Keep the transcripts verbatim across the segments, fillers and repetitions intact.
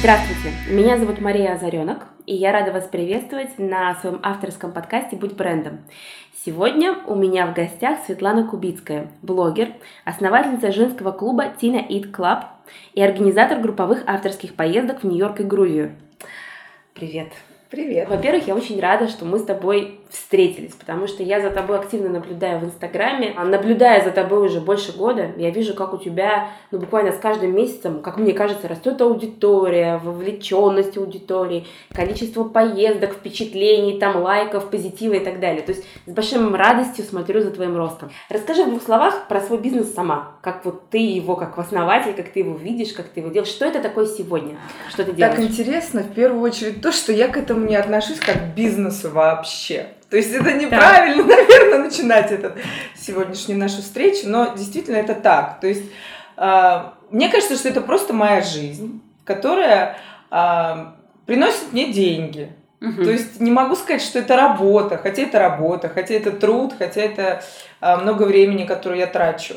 Здравствуйте, меня зовут Мария Озаренок, и я рада вас приветствовать на своем авторском подкасте «Будь брендом». Сегодня у меня в гостях Светлана Кубицкая, блогер, основательница женского клуба Tina Eat Club и организатор групповых авторских поездок в Нью-Йорк и Грузию. Привет! Привет! Во-первых, я очень рада, что мы с тобой встретились, потому что я за тобой активно наблюдаю в Инстаграме. Наблюдая за тобой уже больше года, я вижу, как у тебя, ну, буквально с каждым месяцем, как мне кажется, растет аудитория, вовлеченность аудитории, количество поездок, впечатлений, там, лайков, позитива и так далее. То есть с большой радостью смотрю за твоим ростом. Расскажи в двух словах про свой бизнес сама. Как вот ты его, как основатель, как ты его видишь, как ты его делаешь. Что это такое сегодня? Что ты делаешь? Так интересно, в первую очередь, то, что я к этому не отношусь как к бизнесу вообще. То есть это неправильно, да, наверное, начинать этот, сегодняшнюю нашу встречу, но действительно это так. То есть э, мне кажется, что это просто моя жизнь, которая э, приносит мне деньги. Угу. То есть не могу сказать, что это работа, хотя это работа, хотя это труд, хотя это э, много времени, которое я трачу.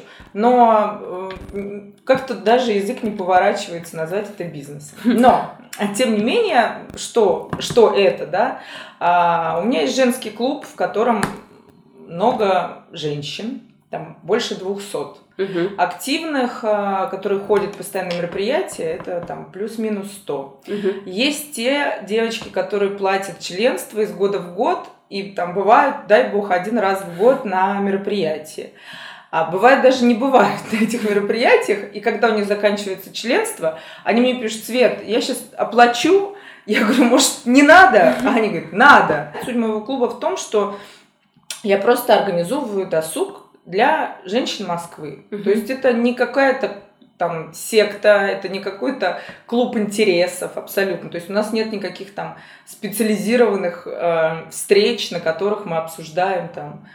Но э, как-то даже язык не поворачивается назвать это бизнесом. Но, тем не менее, что, что это, да? А, у меня есть женский клуб, в котором много женщин, там больше двухсот. Uh-huh. Активных, которые ходят в постоянные мероприятия, это там плюс-минус сто. Uh-huh. Есть те девочки, которые платят членство из года в год, и там бывают, дай бог, один раз в год на мероприятии. А бывает, даже не бывает на этих мероприятиях, и когда у них заканчивается членство, они мне пишут: Свет, я сейчас оплачу. Я говорю: может, не надо? А они говорят: надо. Суть моего клуба в том, что я просто организовываю досуг для женщин Москвы. Uh-huh. То есть это не какая-то там секта, это не какой-то клуб интересов, абсолютно. То есть у нас нет никаких там специализированных э, встреч, на которых мы обсуждаем там,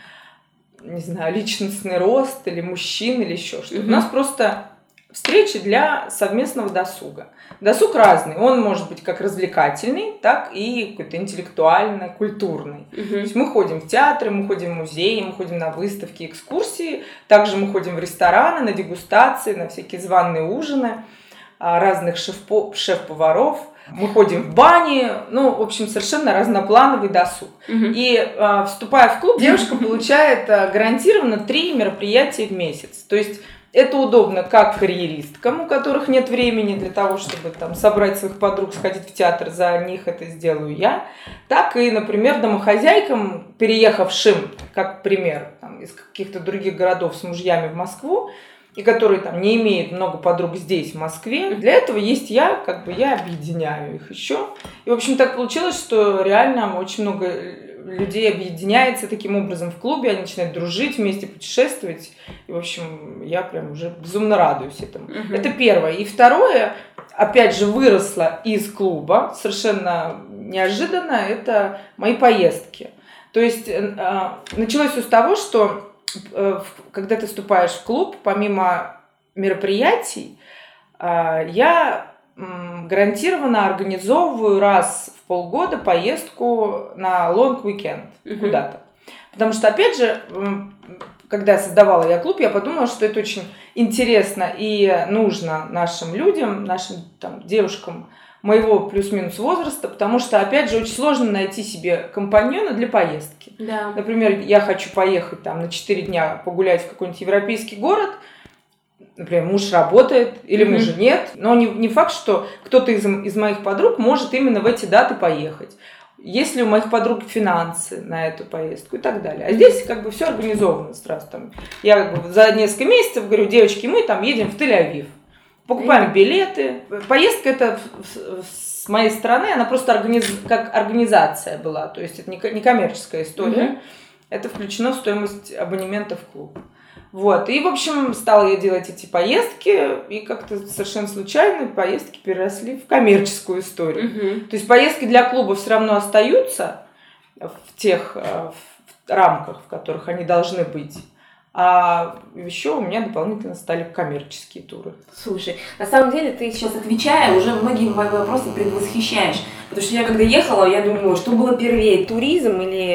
не знаю, личностный рост или мужчин, или еще что-то. Uh-huh. У нас просто встречи для совместного досуга. Досуг разный. Он может быть как развлекательный, так и какой-то интеллектуальный, культурный. Uh-huh. То есть мы ходим в театры, мы ходим в музеи, мы ходим на выставки, экскурсии. Также мы ходим в рестораны, на дегустации, на всякие званые ужины разных шеф- шеф-поваров. Мы ходим в бани, ну, в общем, совершенно разноплановый досуг. Uh-huh. И э, вступая в клуб, девушка получает э, гарантированно три мероприятия в месяц. То есть это удобно как карьеристкам, у которых нет времени для того, чтобы там собрать своих подруг, сходить в театр, за них это сделаю я, так и, например, домохозяйкам, переехавшим, как пример, там, из каких-то других городов с мужьями в Москву, и которые там не имеют много подруг здесь, в Москве. Для этого есть я, как бы я объединяю их еще. И, в общем, так получилось, что реально очень много людей объединяется таким образом в клубе, они начинают дружить, вместе путешествовать. И, в общем, я прям уже безумно радуюсь этому. Uh-huh. Это первое. И второе, опять же, выросло из клуба, совершенно неожиданно, это мои поездки. То есть началось все с того, что когда ты вступаешь в клуб, помимо мероприятий, я гарантированно организовываю раз в полгода поездку на long weekend uh-huh. куда-то. Потому что, опять же, когда я создавала я клуб, я подумала, что это очень интересно и нужно нашим людям, нашим там, девушкам моего плюс-минус возраста, потому что, опять же, очень сложно найти себе компаньона для поездки. Да. Например, я хочу поехать там на четыре дня погулять в какой-нибудь европейский город, например, муж работает или mm-hmm. мужа нет, но не, не факт, что кто-то из, из моих подруг может именно в эти даты поехать. Есть ли у моих подруг финансы на эту поездку и так далее. А здесь как бы все организовано сразу. Там, я как бы за несколько месяцев говорю: девочки, мы там едем в Тель-Авив. Покупаем билеты. Поездка это с моей стороны, она просто организ... как организация была. То есть это не коммерческая история. Mm-hmm. Это включено в стоимость абонемента в клуб. Вот. И, в общем, стала я делать эти поездки, и как-то совершенно случайно поездки переросли в коммерческую историю. Mm-hmm. То есть поездки для клуба все равно остаются в тех в рамках, в которых они должны быть. А еще у меня дополнительно стали коммерческие туры. Слушай, на самом деле ты сейчас, отвечая, уже многие мои вопросы предвосхищаешь. Потому что я когда ехала, я думала, что было первее, туризм или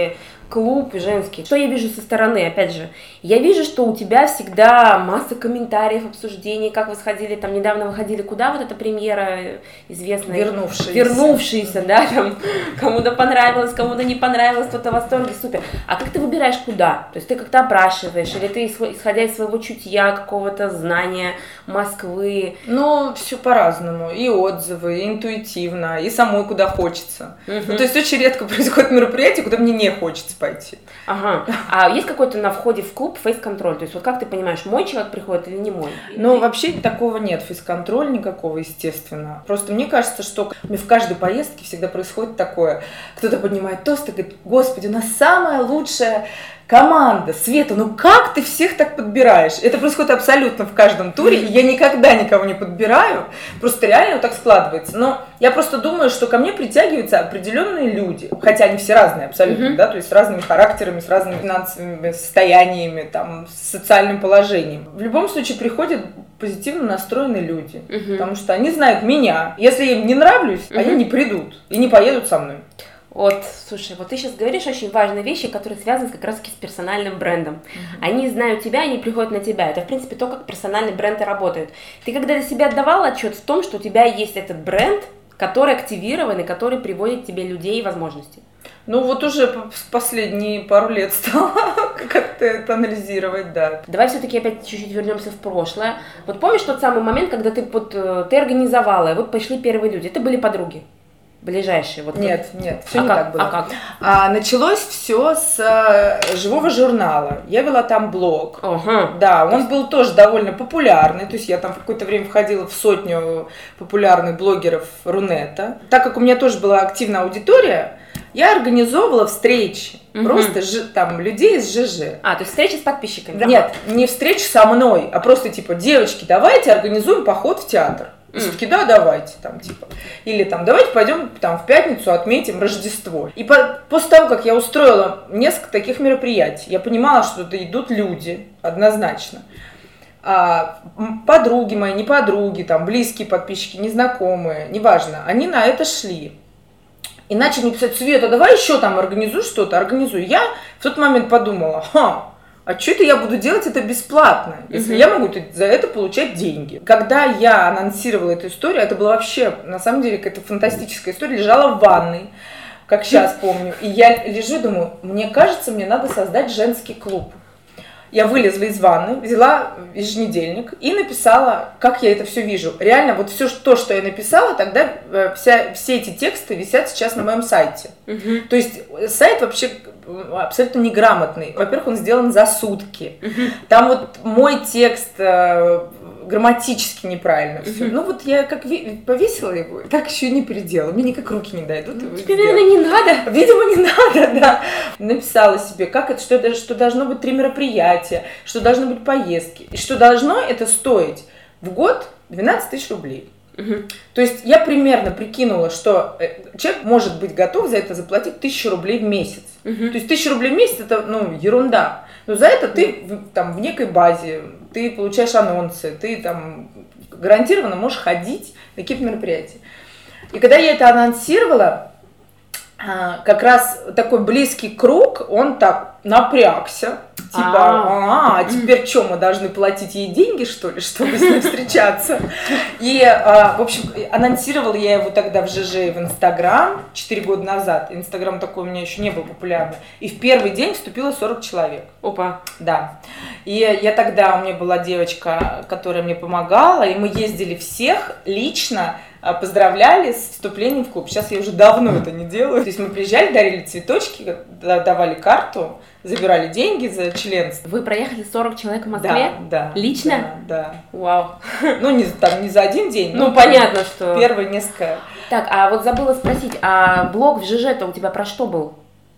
клуб женский. Что я вижу со стороны, опять же? Я вижу, что у тебя всегда масса комментариев, обсуждений, как вы сходили, там, недавно выходили, куда вот эта премьера известная? Вернувшиеся. Вернувшиеся, да, там, кому-то понравилось, кому-то не понравилось, кто-то в восторге, супер. А как ты выбираешь куда? То есть ты как-то опрашиваешь, или ты, исходя из своего чутья, какого-то знания Москвы? Ну, все по-разному. И отзывы, и интуитивно, и самой куда хочется. Угу. Ну, то есть очень редко происходит мероприятие, куда мне не хочется пойти. Ага. А есть какой-то на входе в клуб фейс-контроль? То есть вот как ты понимаешь, мой человек приходит или не мой? Ну, или... вообще такого нет, фейс-контроля никакого, естественно. Просто мне кажется, что в каждой поездке всегда происходит такое. Кто-то поднимает тост и говорит: господи, у нас самая лучшая команда, Света, ну как ты всех так подбираешь? Это происходит абсолютно в каждом туре, и я никогда никого не подбираю, просто реально вот так складывается. Но я просто думаю, что ко мне притягиваются определенные люди, хотя они все разные абсолютно, mm-hmm. да, то есть с разными характерами, с разными финансовыми состояниями, там, с социальным положением. В любом случае приходят позитивно настроенные люди, mm-hmm. потому что они знают меня. Если я им не нравлюсь, mm-hmm. они не придут и не поедут со мной. Вот, слушай, вот ты сейчас говоришь очень важные вещи, которые связаны как раз-таки с персональным брендом. Uh-huh. Они знают тебя, они приходят на тебя. Это, в принципе, то, как персональные бренды работают. Ты когда для себя отдавал отчет в том, что у тебя есть этот бренд, который активирован и который приводит к тебе людей и возможности? Ну, вот уже последние пару лет стала как-то это анализировать, да. Давай все-таки опять чуть-чуть вернемся в прошлое. Вот помнишь тот самый момент, когда ты, вот, ты организовала, и вот пошли первые люди? Это были подруги? Ближайшие? Вот нет, вот. нет, все а не как? так было. А как? А, началось все с а, живого журнала. Я вела там блог. Ага. Да, он был тоже довольно популярный. То есть я там в какое-то время входила в сотню популярных блогеров Рунета. Так как у меня тоже была активная аудитория, я организовывала встречи. Угу. Просто ж, там людей из ЖЖ. А, то есть встречи с подписчиками? Да. Нет, не встречи со мной, а просто типа: девочки, давайте организуем поход в театр. И все таки да, давайте, там, типа. Или там, давайте пойдем там в пятницу отметим Рождество. И по, после того, как я устроила несколько таких мероприятий, я понимала, что это идут люди, однозначно. А, подруги мои, не подруги, там, близкие подписчики, незнакомые, неважно, они на это шли. И начали мне писать: Света, давай еще там организуй что-то, организуй. Я в тот момент подумала: ха, а что это я буду делать это бесплатно, если uh-huh. я могу за это получать деньги? Когда я анонсировала эту историю, это была вообще, на самом деле, какая-то фантастическая история, лежала в ванной, как сейчас помню, и я лежу и думаю: мне кажется, мне надо создать женский клуб. Я вылезла из ванны, взяла еженедельник и написала, как я это все вижу. Реально, вот все то, что я написала, тогда вся, все эти тексты висят сейчас на моем сайте. Uh-huh. То есть сайт вообще абсолютно неграмотный. Во-первых, он сделан за сутки. Uh-huh. Там вот мой текст э, грамматически неправильно все. Uh-huh. Ну вот я как ви- повесила его, так еще и не переделала. Мне никак руки не дойдут. Ну, тебе, наверное, не надо. Видимо, не надо, да. Написала себе, как это, что, это, что должно быть три мероприятия, что должны быть поездки, и что должно это стоить в год двенадцать тысяч рублей. Угу. То есть я примерно прикинула, что человек может быть готов за это заплатить тысячу рублей в месяц. Угу. То есть тысяча рублей в месяц — это, ну, ерунда. Но за это ты в, там, в некой базе, ты получаешь анонсы, ты там гарантированно можешь ходить на какие-то мероприятия. И когда я это анонсировала, как раз такой близкий круг, он так напрягся. Типа, а, теперь что, мы должны платить ей деньги, что ли, чтобы с ней встречаться? И, в общем, анонсировала я его тогда в ЖЖ и в Инстаграм четыре года назад. Инстаграм такой у меня еще не был популярный. И в первый день вступило сорок человек. Опа. Да. И я тогда, у меня была девочка, которая мне помогала, и мы ездили всех лично, поздравляли с вступлением в клуб. Сейчас я уже давно это не делаю. То есть мы приезжали, дарили цветочки, давали карту, забирали деньги за членство. Вы проехали сорок человек в Москве? Да, да. Лично? Да, да. Вау. Ну, не, там, не за один день. Ну, понятно, что... Первые несколько... Так, а вот забыла спросить, а блог в ЖЖ-то у тебя про что был?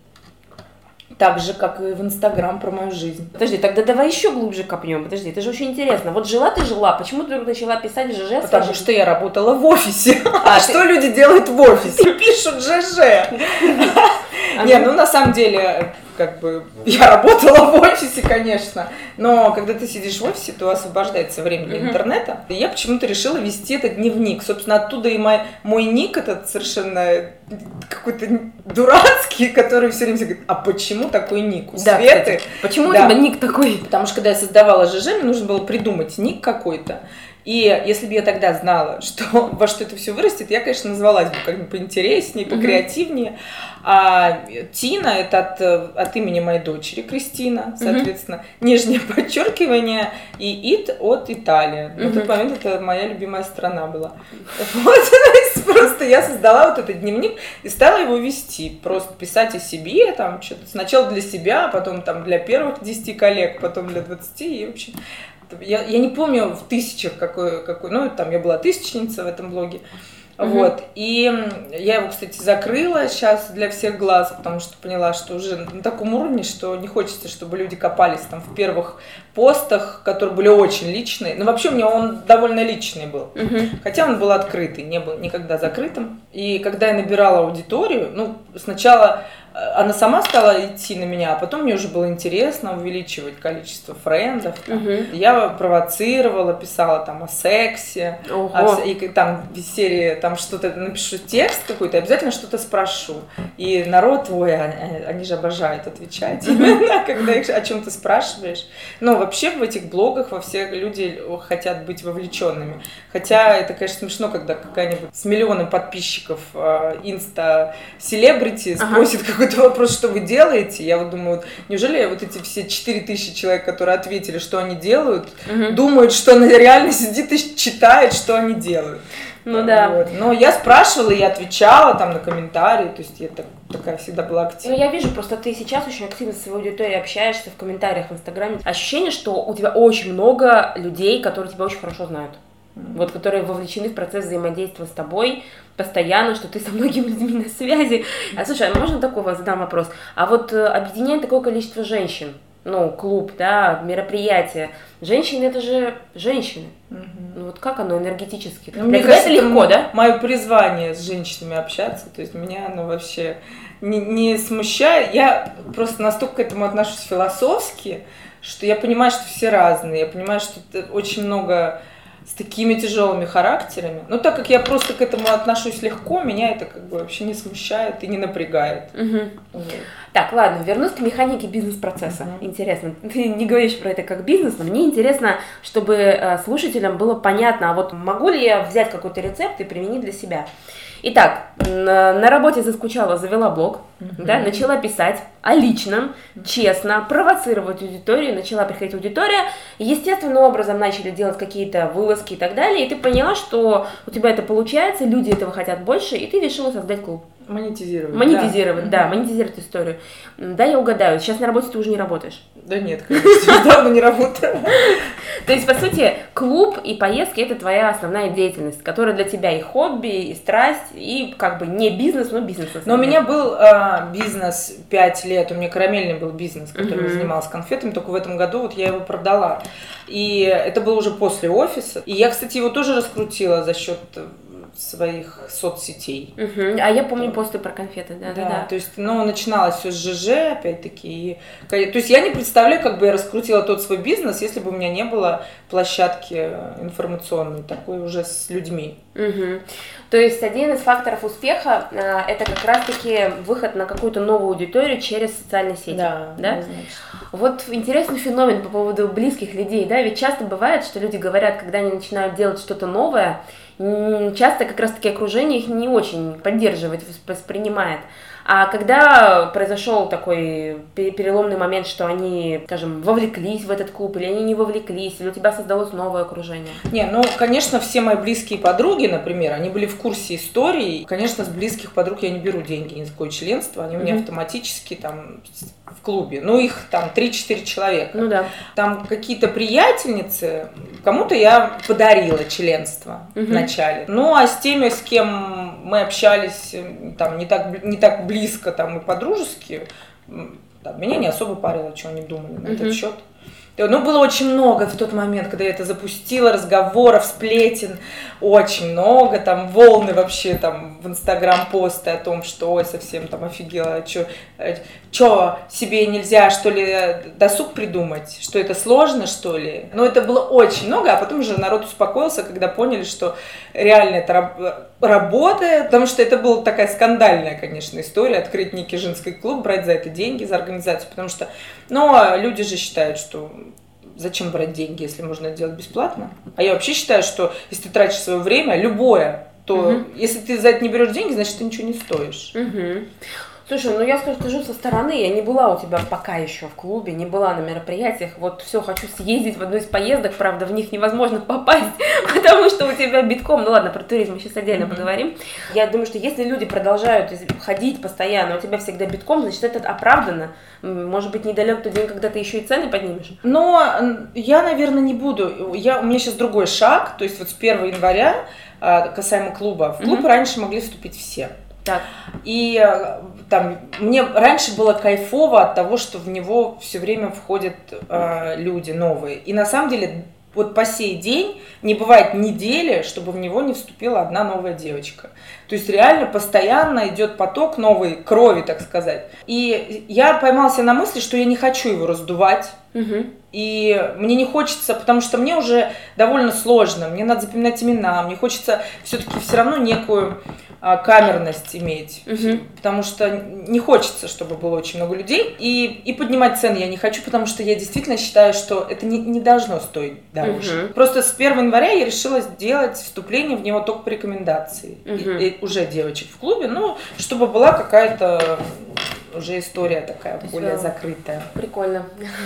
Так же, как и в Инстаграм, про мою жизнь. Подожди, тогда давай еще глубже копнем. Подожди, это же очень интересно. Вот жила ты жила, почему ты вдруг начала писать в ЖЖ? Потому скажи? Что я работала в офисе. А что люди делают в офисе? Пишут ЖЖ. Не, ну на самом деле, как бы, я работала в офисе, конечно, но когда ты сидишь в офисе, то освобождается время для интернета. И я почему-то решила вести этот дневник. Собственно, оттуда и мой, мой ник этот совершенно какой-то дурацкий, который все время говорит, а почему такой ник? У да, Светы. Кстати, почему да. у тебя ник такой? Потому что, когда я создавала ЖЖ, мне нужно было придумать ник какой-то. И если бы я тогда знала, что, во что это все вырастет, я, конечно, назвалась бы как-нибудь поинтереснее, покреативнее. Mm-hmm. А Тина – это от, от имени моей дочери Кристина, соответственно, mm-hmm. нижнее подчеркивание, и Ит от Италии. Mm-hmm. На тот момент это моя любимая страна была. Вот, просто я создала вот этот дневник и стала его вести. Просто писать о себе, там, что-то сначала для себя, потом там для первых десяти коллег, потом для двадцати, и вообще... Я, я не помню в тысячах какой, какой, ну, там я была тысячница в этом блоге, uh-huh. вот, и я его, кстати, закрыла сейчас для всех глаз, потому что поняла, что уже на таком уровне, что не хочется, чтобы люди копались там в первых постах, которые были очень личные, но вообще у меня он довольно личный был, uh-huh. хотя он был открытый, не был никогда закрытым, и когда я набирала аудиторию, ну, сначала... Она сама стала идти на меня, а потом мне уже было интересно увеличивать количество френдов. Uh-huh. Я провоцировала, писала там о сексе, о, и там в серии там что-то напишу текст какой-то, обязательно что-то спрошу. И народ твой, они, они же обожают отвечать именно, когда их о чем-то спрашиваешь. Но вообще в этих блогах во всех люди хотят быть вовлеченными. Хотя это, конечно, смешно, когда какая-нибудь с миллионом подписчиков инста-селебрити спросит какой-то вопрос, что вы делаете. Я вот думаю, вот, неужели вот эти все четыре тысячи человек, которые ответили, что они делают, uh-huh. думают, что она реально сидит и читает, что они делают. Ну да. Вот. Но я спрашивала и отвечала там на комментарии, то есть я так, такая всегда была активна. Ну я вижу, просто ты сейчас очень активно с своей аудиторией общаешься в комментариях в Инстаграме. Ощущение, что у тебя очень много людей, которые тебя очень хорошо знают. Вот, которые вовлечены в процесс взаимодействия с тобой постоянно, что ты со многими людьми на связи. А слушай, а можно такой задам вопрос? А вот э, объединяет такое количество женщин, ну, клуб, да, мероприятие. Женщины — это же женщины. Угу. Ну вот как оно энергетически? Ну, мне кажется, это легко, да? Мое призвание с женщинами общаться, то есть меня оно вообще не, не смущает. Я просто настолько к этому отношусь философски, что я понимаю, что все разные, я понимаю, что очень много... с такими тяжелыми характерами. Но так как я просто к этому отношусь легко, меня это как бы вообще не смущает и не напрягает. Угу. Вот. Так, ладно, вернусь к механике бизнес-процесса. Угу. Интересно, ты не говоришь про это как бизнес, но мне интересно, чтобы э, слушателям было понятно, а вот могу ли я взять какой-то рецепт и применить для себя? Итак, на, на работе заскучала, завела блог, uh-huh. да, начала писать о личном, честно, провоцировать аудиторию, начала приходить аудитория, естественным образом начали делать какие-то вылазки и так далее, и ты поняла, что у тебя это получается, люди этого хотят больше, и ты решила создать клуб. Монетизировать. Монетизировать, да, да, монетизировать историю. Да, я угадаю, сейчас на работе ты уже не работаешь. Да нет, конечно, давно не работаю. То есть, по сути, клуб и поездки – это твоя основная деятельность, которая для тебя и хобби, и страсть, и как бы не бизнес, но бизнес. Но у меня был э, бизнес пять лет, у меня карамельный был бизнес, которым я занималась конфетами, только в этом году вот я его продала. И это было уже после офиса. И я, кстати, его тоже раскрутила за счет своих соцсетей. Uh-huh. А я помню посты про конфеты, да, да, да. То есть, ну, начиналось все с ЖЖ, опять-таки. И, то есть, я не представляю, как бы я раскрутила тот свой бизнес, если бы у меня не было площадки информационной, такой уже с людьми. Uh-huh. То есть, один из факторов успеха э, это как раз-таки выход на какую-то новую аудиторию через социальные сети. Да, да? Вот интересный феномен по поводу близких людей, да, ведь часто бывает, что люди говорят, когда они начинают делать что-то новое, часто как раз-таки окружение их не очень поддерживает, воспринимает. А когда произошел такой переломный момент, что они, скажем, вовлеклись в этот клуб, или они не вовлеклись, или у тебя создалось новое окружение? Не, ну, конечно, все мои близкие подруги, например, они были в курсе истории. Конечно, с близких подруг я не беру деньги ни за какое членство, они у меня mm-hmm. автоматически там в клубе. Ну, их там три-четыре человека. Ну да. Там какие-то приятельницы, кому-то я подарила членство mm-hmm. вначале. Ну, а с теми, с кем мы общались там не так, не так близко, близко там и по-дружески, там, меня не особо парило, что они думали на uh-huh. этот счет. Ну, было очень много в тот момент, когда я это запустила, разговоров, сплетен, очень много, там, волны вообще, там, в Инстаграм посты о том, что, ой, совсем там офигела, что, что, себе нельзя, что ли, досуг придумать? Что это сложно, что ли? Но это было очень много, а потом уже народ успокоился, когда поняли, что реально это раб- работает, потому что это была такая скандальная, конечно, история, открыть некий женский клуб, брать за это деньги, за организацию, потому что, ну, люди же считают, что зачем брать деньги, если можно это делать бесплатно? А я вообще считаю, что если ты тратишь свое время, любое, то угу. если ты за это не берешь деньги, значит, ты ничего не стоишь. Угу. Слушай, ну я скажу со стороны, я не была у тебя пока еще в клубе, не была на мероприятиях, вот все, хочу съездить в одну из поездок, правда, в них невозможно попасть, потому что у тебя битком, ну ладно, про туризм мы сейчас отдельно mm-hmm. поговорим. Я думаю, что если люди продолжают ходить постоянно, у тебя всегда битком, значит, это оправдано, может быть, недалек тот день, когда ты еще и цены поднимешь. Но я, наверное, не буду, я, у меня сейчас другой шаг, то есть вот с первого января, касаемо клуба, в клуб mm-hmm. раньше могли вступить все. Так. И там мне раньше было кайфово от того, что в него все время входят э, люди новые. И на самом деле вот по сей день не бывает недели, чтобы в него не вступила одна новая девочка. То есть реально постоянно идет поток новой крови, так сказать. И я поймала себя на мысли, что я не хочу его раздувать. Угу. И мне не хочется, потому что мне уже довольно сложно, мне надо запоминать имена, мне хочется все-таки все равно некую а, камерность иметь, угу. потому что не хочется, чтобы было очень много людей, и, и поднимать цены я не хочу, потому что я действительно считаю, что это не, не должно стоить дороже. Угу. Просто с первого января я решила сделать вступление в него только по рекомендации, угу. и, и уже девочек в клубе, ну, чтобы была какая-то уже история такая, есть, более да. закрытая. Прикольно.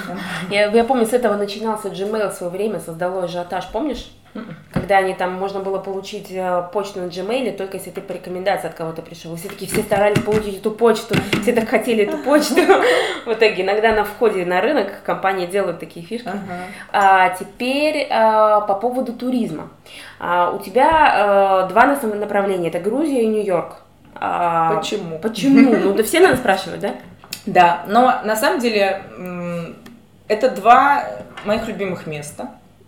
я, я помню, с этого начинался Gmail в свое время, создало ажиотаж, помнишь? Mm-mm. Когда они там, можно было получить почту на Gmail, только если ты по рекомендации от кого-то пришел. И все-таки все старались получить эту почту, все так хотели эту почту. В итоге иногда на входе на рынок компании делают такие фишки. А теперь по поводу туризма. У тебя два направления, это Грузия и Нью-Йорк. А, почему? Почему? Ну, да все надо спрашивать, да? Да, но на самом деле это два моих любимых места.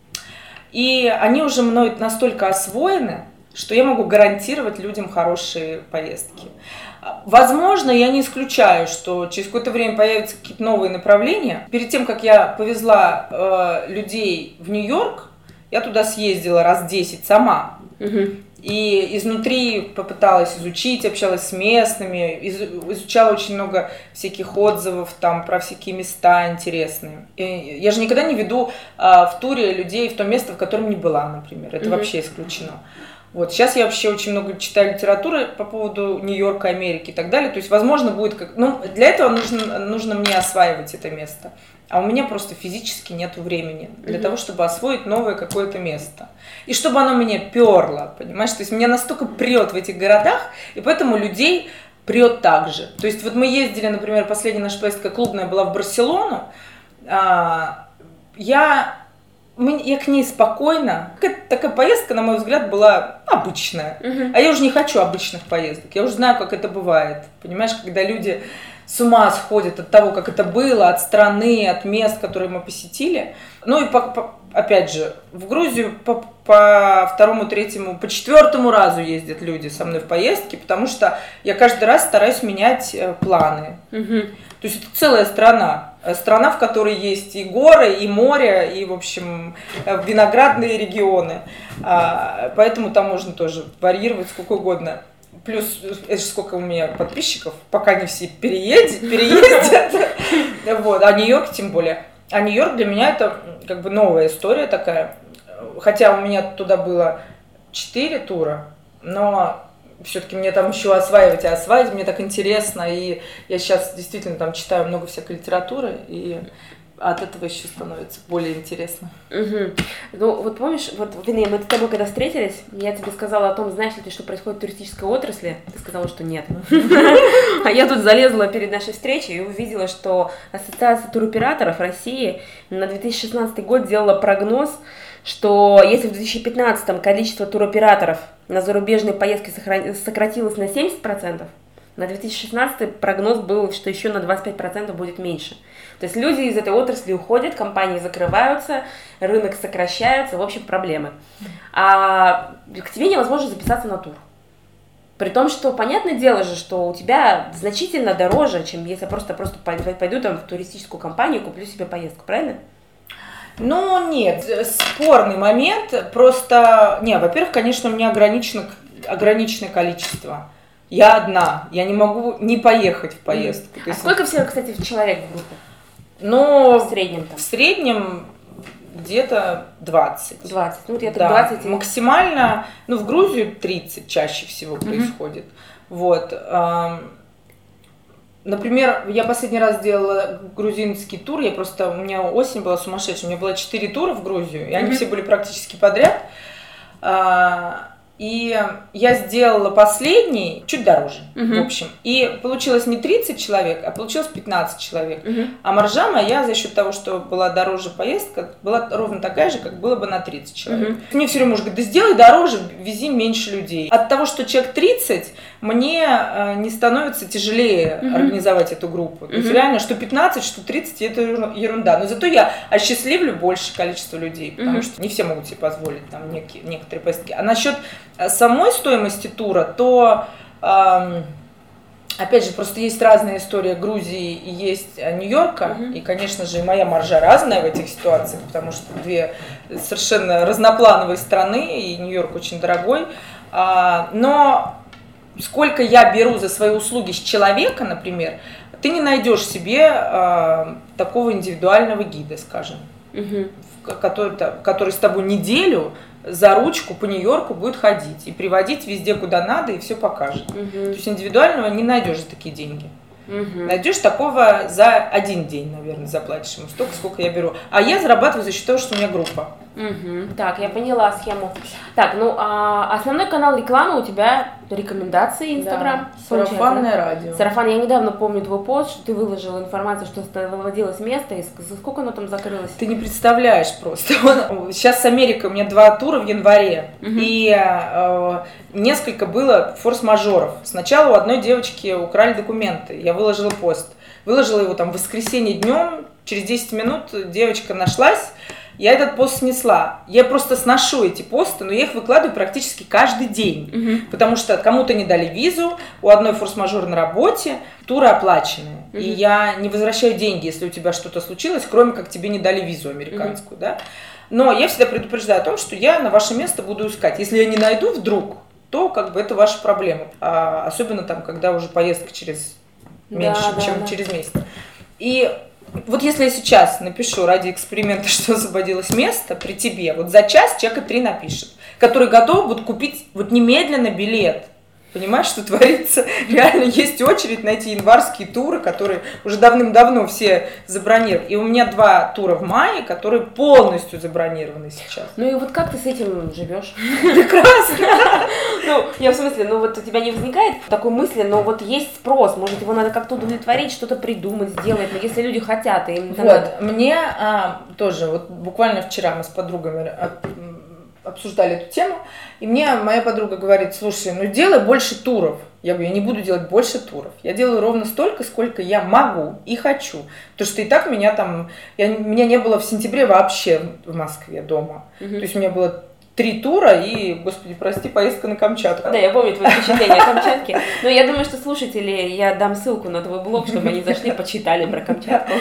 И они уже мной настолько освоены, что я могу гарантировать людям хорошие поездки. Возможно, я не исключаю, что через какое-то время появятся какие-то новые направления. Перед тем, как я повезла э, людей в Нью-Йорк, я туда съездила раз десять сама. Угу. И изнутри попыталась изучить, общалась с местными, из, изучала очень много всяких отзывов там про всякие места интересные. И я же никогда не веду а, в туре людей в то место, в котором не была, например. Это mm-hmm. вообще исключено. Вот. Сейчас я вообще очень много читаю литературы по поводу Нью-Йорка, Америки и так далее. То есть, возможно, будет как... Ну, для этого нужно, нужно мне осваивать это место. А у меня просто физически нет времени для mm-hmm. того, чтобы освоить новое какое-то место. И чтобы оно меня перло, понимаешь? То есть меня настолько прет в этих городах, и поэтому людей прет так же. То есть вот мы ездили, например, последняя наша поездка клубная была в Барселону. А, я, я к ней спокойно. Такая поездка, на мой взгляд, была обычная. Mm-hmm. А я уже не хочу обычных поездок. Я уже знаю, как это бывает. Понимаешь, когда люди... с ума сходят от того, как это было, от страны, от мест, которые мы посетили. Ну и, по, по, опять же, в Грузию по, по второму, третьему, по четвертому разу ездят люди со мной в поездки, потому что я каждый раз стараюсь менять планы. Угу. То есть это целая страна. Страна, в которой есть и горы, и море, и, в общем, виноградные регионы. Поэтому там можно тоже варьировать сколько угодно. Плюс, это же сколько у меня подписчиков, пока не все переедет, переездят. Вот. А Нью-Йорк тем более. А Нью-Йорк для меня это как бы новая история такая. Хотя у меня туда было четыре тура, но все-таки мне там еще осваивать и осваивать, мне так интересно. И я сейчас действительно там читаю много всякой литературы, и от этого еще становится более интересно. Угу. Ну, вот помнишь, вот, Винни, мы с тобой когда встретились, я тебе сказала о том, знаешь ли ты, что происходит в туристической отрасли, ты сказала, что нет. А я тут залезла перед нашей встречей и увидела, что Ассоциация туроператоров России на две тысячи шестнадцатый год делала прогноз, что если в две тысячи пятнадцатом количество туроператоров на зарубежные поездки сократилось на семьдесят процентов, на две тысячи шестнадцатый прогноз был, что еще на двадцать пять процентов будет меньше. То есть люди из этой отрасли уходят, компании закрываются, рынок сокращается, в общем, проблемы. А к тебе невозможно записаться на тур. При том, что понятное дело же, что у тебя значительно дороже, чем если я просто, просто пойду там в туристическую компанию и куплю себе поездку, правильно? Ну, нет, спорный момент, просто, не, во-первых, конечно, у меня ограничено, ограниченное количество. Я одна, я не могу не поехать в поездку. А сколько всего, кстати, человек в группе? Ну, в среднем там? В среднем где-то двадцать. двадцать, ну, я так да, двадцать. Максимально, ну, в Грузию тридцать чаще всего mm-hmm. происходит. Вот. Например, я последний раз делала грузинский тур, я просто, у меня осень была сумасшедшая, у меня было четыре тура в Грузию, и они mm-hmm. все были практически подряд. И я сделала последний чуть дороже, uh-huh. в общем. И получилось не тридцать человек, а получилось пятнадцать человек. Uh-huh. А маржа моя за счет того, что была дороже поездка, была ровно такая же, как было бы на тридцать человек. Uh-huh. Мне все время муж говорит, да сделай дороже, вези меньше людей. От того, что человек тридцать, мне э, не становится тяжелее uh-huh. организовать эту группу. Uh-huh. То есть реально, что пятнадцать, что тридцать, это ерунда. Но зато я осчастливлю большее количество людей, потому uh-huh. что не все могут себе позволить там некие, некоторые поездки. А насчет самой стоимости тура, то, эм, опять же, просто есть разные истории Грузии и есть Нью-Йорка, mm-hmm. и, конечно же, и моя маржа разная в этих ситуациях, потому что две совершенно разноплановые страны, и Нью-Йорк очень дорогой, а, но сколько я беру за свои услуги с человека, например, ты не найдешь себе а, такого индивидуального гида, скажем, mm-hmm. который, который с тобой неделю за ручку по Нью-Йорку будет ходить и приводить везде, куда надо, и все покажет. Uh-huh. То есть индивидуального не найдешь за такие деньги. Uh-huh. Найдешь такого за один день, наверное, заплатишь ему столько, сколько я беру. А я зарабатываю за счет того, что у меня группа. Uh-huh. Так, я поняла схему. Так, ну а основной канал рекламы у тебя рекомендации Инстаграм. Да. Сарафанное радио. Сарафан, я недавно помню твой пост, что ты выложила информацию, что освободилось место, и за сколько оно там закрылось? Ты не представляешь просто. Сейчас с Америкой у меня два тура в январе, uh-huh. и э, несколько было форс-мажоров. Сначала у одной девочки украли документы, я выложила пост. Выложила его там в воскресенье днем, через десять минут девочка нашлась. Я этот пост снесла. Я просто сношу эти посты, но я их выкладываю практически каждый день. Uh-huh. Потому что кому-то не дали визу, у одной форс-мажор на работе, туры оплаченные. Uh-huh. И я не возвращаю деньги, если у тебя что-то случилось, кроме как тебе не дали визу американскую. Uh-huh. Да? Но я всегда предупреждаю о том, что я на ваше место буду искать. Если я не найду вдруг, то как бы это ваша проблема. А, особенно там, когда уже поездка через меньше, да, чем да, через да. месяц. И вот если я сейчас напишу ради эксперимента, что освободилось место при тебе, вот за час человека три напишет, который готов вот купить вот немедленно билет. Понимаешь, что творится? Реально есть очередь на эти январские туры, которые уже давным-давно все забронированы. И у меня два тура в мае, которые полностью забронированы сейчас. Ну и вот как ты с этим живешь? Прекрасно! Ну, я в смысле, ну вот у тебя не возникает такой мысли, но вот есть спрос, может его надо как-то удовлетворить, что-то придумать, сделать, но если люди хотят, и им вот, мне а, тоже, вот буквально вчера мы с подругами обсуждали эту тему, и мне моя подруга говорит, слушай, ну делай больше туров. Я говорю, я не буду делать больше туров. Я делаю ровно столько, сколько я могу и хочу. Потому что и так меня там, я, меня не было в сентябре вообще в Москве дома. Угу. То есть у меня было три тура и, господи, прости, поездка на Камчатку. Да, я помню твои впечатления о Камчатке. Но я думаю, что слушатели, я дам ссылку на твой блог, чтобы они зашли, почитали про Камчатку.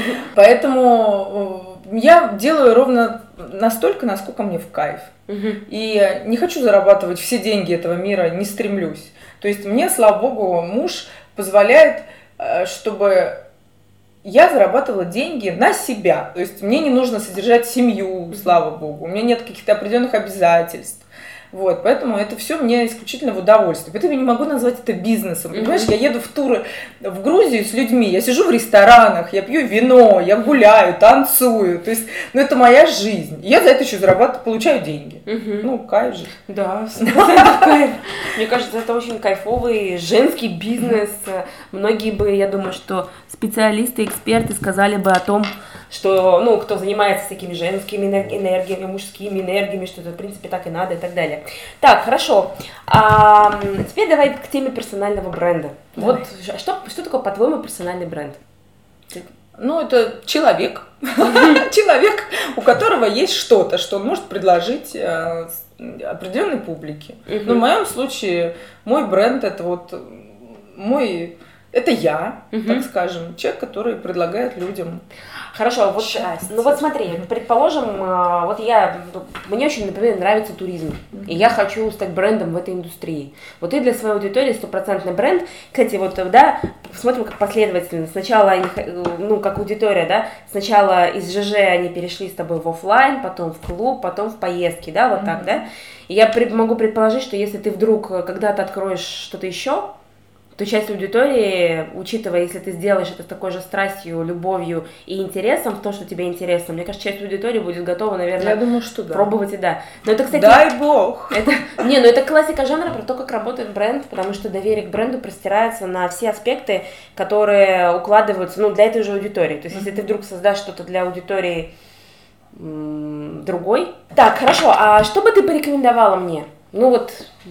Поэтому я делаю ровно настолько, насколько мне в кайф. Угу. И не хочу зарабатывать все деньги этого мира, не стремлюсь. То есть мне, слава богу, муж позволяет, чтобы я зарабатывала деньги на себя. То есть мне не нужно содержать семью, слава богу. У меня нет каких-то определенных обязательств. Вот, поэтому это все мне исключительно в удовольствие. Поэтому я не могу назвать это бизнесом. Mm-hmm. Понимаешь, я еду в туры в Грузию с людьми, я сижу в ресторанах, я пью вино, я гуляю, танцую. То есть, ну это моя жизнь. Я за это еще зарабатываю, получаю деньги. Mm-hmm. Ну, кайф же. Да, кайф. Мне кажется, это очень кайфовый женский бизнес. Многие бы, я думаю, что специалисты, эксперты сказали бы о том, что, ну, кто занимается такими женскими энергиями, мужскими энергиями, что это, в принципе, так и надо и так далее. Так, хорошо. А, теперь давай к теме персонального бренда. Давай. Вот, что, что такое, по-твоему, персональный бренд? Ну, это человек. Человек, у которого есть что-то, что он может предложить э, определенной публике. Но в моем случае мой бренд это вот мой, это я, так скажем, человек, который предлагает людям. Хорошо, вот, ну вот смотри, предположим, вот я, мне очень, например, нравится туризм, mm-hmm. и я хочу стать брендом в этой индустрии. Вот ты для своей аудитории стопроцентный бренд. Кстати, вот, да, смотрим как последовательно. Сначала они, ну, как аудитория, да, сначала из ЖЖ они перешли с тобой в офлайн, потом в клуб, потом в поездки, да, вот mm-hmm. так, да. И я могу предположить, что если ты вдруг когда-то откроешь что-то еще, то часть аудитории, учитывая, если ты сделаешь это с такой же страстью, любовью и интересом в то, что тебе интересно, мне кажется, часть аудитории будет готова, наверное, я думаю, что да. пробовать и да. Но это, кстати, дай бог! Это, не, ну это классика жанра про то, как работает бренд, потому что доверие к бренду простирается на все аспекты, которые укладываются, ну, для этой же аудитории. То есть, mm-hmm. если ты вдруг создашь что-то для аудитории м- другой. Так, хорошо, а что бы ты порекомендовала мне? Ну вот,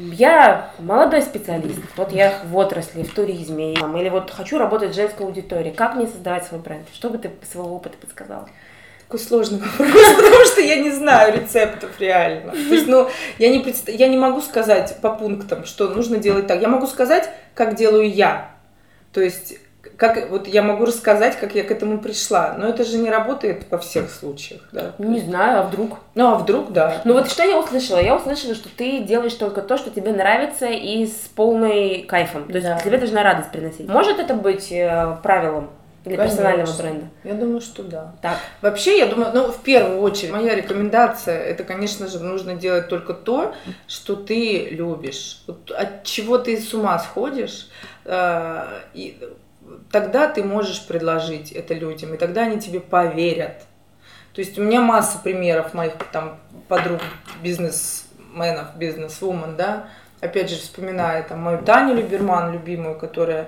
я молодой специалист, вот я в отрасли, в туризме, или вот хочу работать в женской аудитории. Как мне создавать свой бренд? Что бы ты по своего опыта подсказала? Такой сложный вопрос, потому что я не знаю рецептов реально. То есть, ну, я не, предст... я не могу сказать по пунктам, что нужно делать так. Я могу сказать, как делаю я. То есть, как, вот я могу рассказать, как я к этому пришла, но это же не работает во всех случаях, да? Не знаю, а вдруг? Ну, а вдруг, да. Ну, вот что я услышала? Я услышала, что ты делаешь только то, что тебе нравится и с полной кайфом. То есть, да. тебе должна радость приносить. Может это быть э, правилом для Конечно. персонального бренда? Я думаю, что да. Так. Вообще, я думаю, ну, в первую очередь, моя рекомендация, это, конечно же, нужно делать только то, что ты любишь. Вот от чего ты с ума сходишь, э, и тогда ты можешь предложить это людям, и тогда они тебе поверят. То есть у меня масса примеров моих там подруг, бизнесменов, бизнесвумен, да. Опять же, вспоминая там мою Таню Либерман, любимую, которая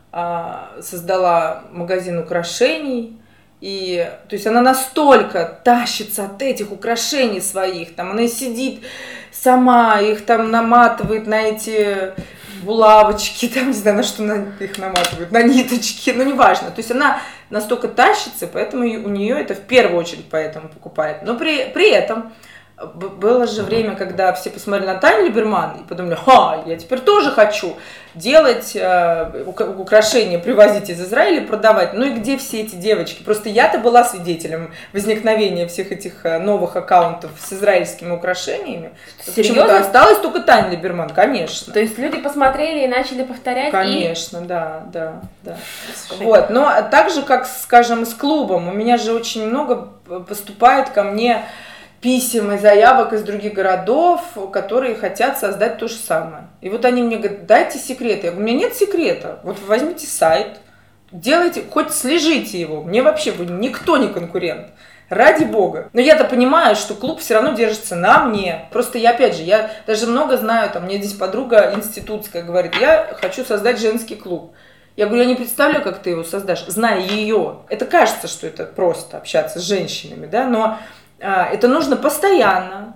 а, создала магазин украшений. И, то есть она настолько тащится от этих украшений своих, там она сидит сама, их там наматывает на эти булавочки, там, не знаю, на что на, их наматывают, на ниточки, ну, неважно. То есть она настолько тащится, поэтому у нее это в первую очередь поэтому покупает. Но при, при этом было же время, когда все посмотрели на Таню Либерман и подумали, ха, я теперь тоже хочу делать э, украшения, привозить из Израиля, продавать. Ну и где все эти девочки? Просто я-то была свидетелем возникновения всех этих новых аккаунтов с израильскими украшениями. Серьезно? Осталась только Таня Либерман, конечно. То есть люди посмотрели и начали повторять? Конечно, и... да, да, да. Вот, но так же, как, скажем, с клубом, у меня же очень много поступает ко мне писем и заявок из других городов, которые хотят создать то же самое. И вот они мне говорят, дайте секрет. Я говорю, у меня нет секрета. Вот вы возьмите сайт, делайте, хоть слежите его. Мне вообще никто не конкурент. Ради бога. Но я-то понимаю, что клуб все равно держится на мне. Просто я, опять же, я даже много знаю, там, мне здесь подруга институтская говорит, я хочу создать женский клуб. Я говорю, я не представляю, как ты его создашь, зная ее. Это кажется, что это просто общаться с женщинами, да, но это нужно постоянно,